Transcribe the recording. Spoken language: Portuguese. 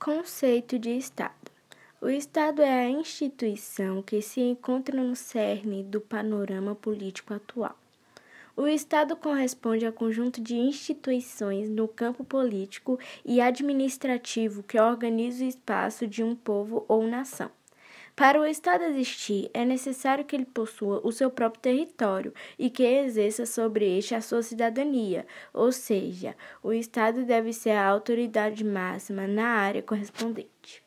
Conceito de Estado. O Estado é a instituição que se encontra no cerne do panorama político atual. O Estado corresponde ao conjunto de instituições no campo político e administrativo que organiza o espaço de um povo ou nação. Para o Estado existir, é necessário que ele possua o seu próprio território e que exerça sobre este a sua cidadania, ou seja, o Estado deve ser a autoridade máxima na área correspondente.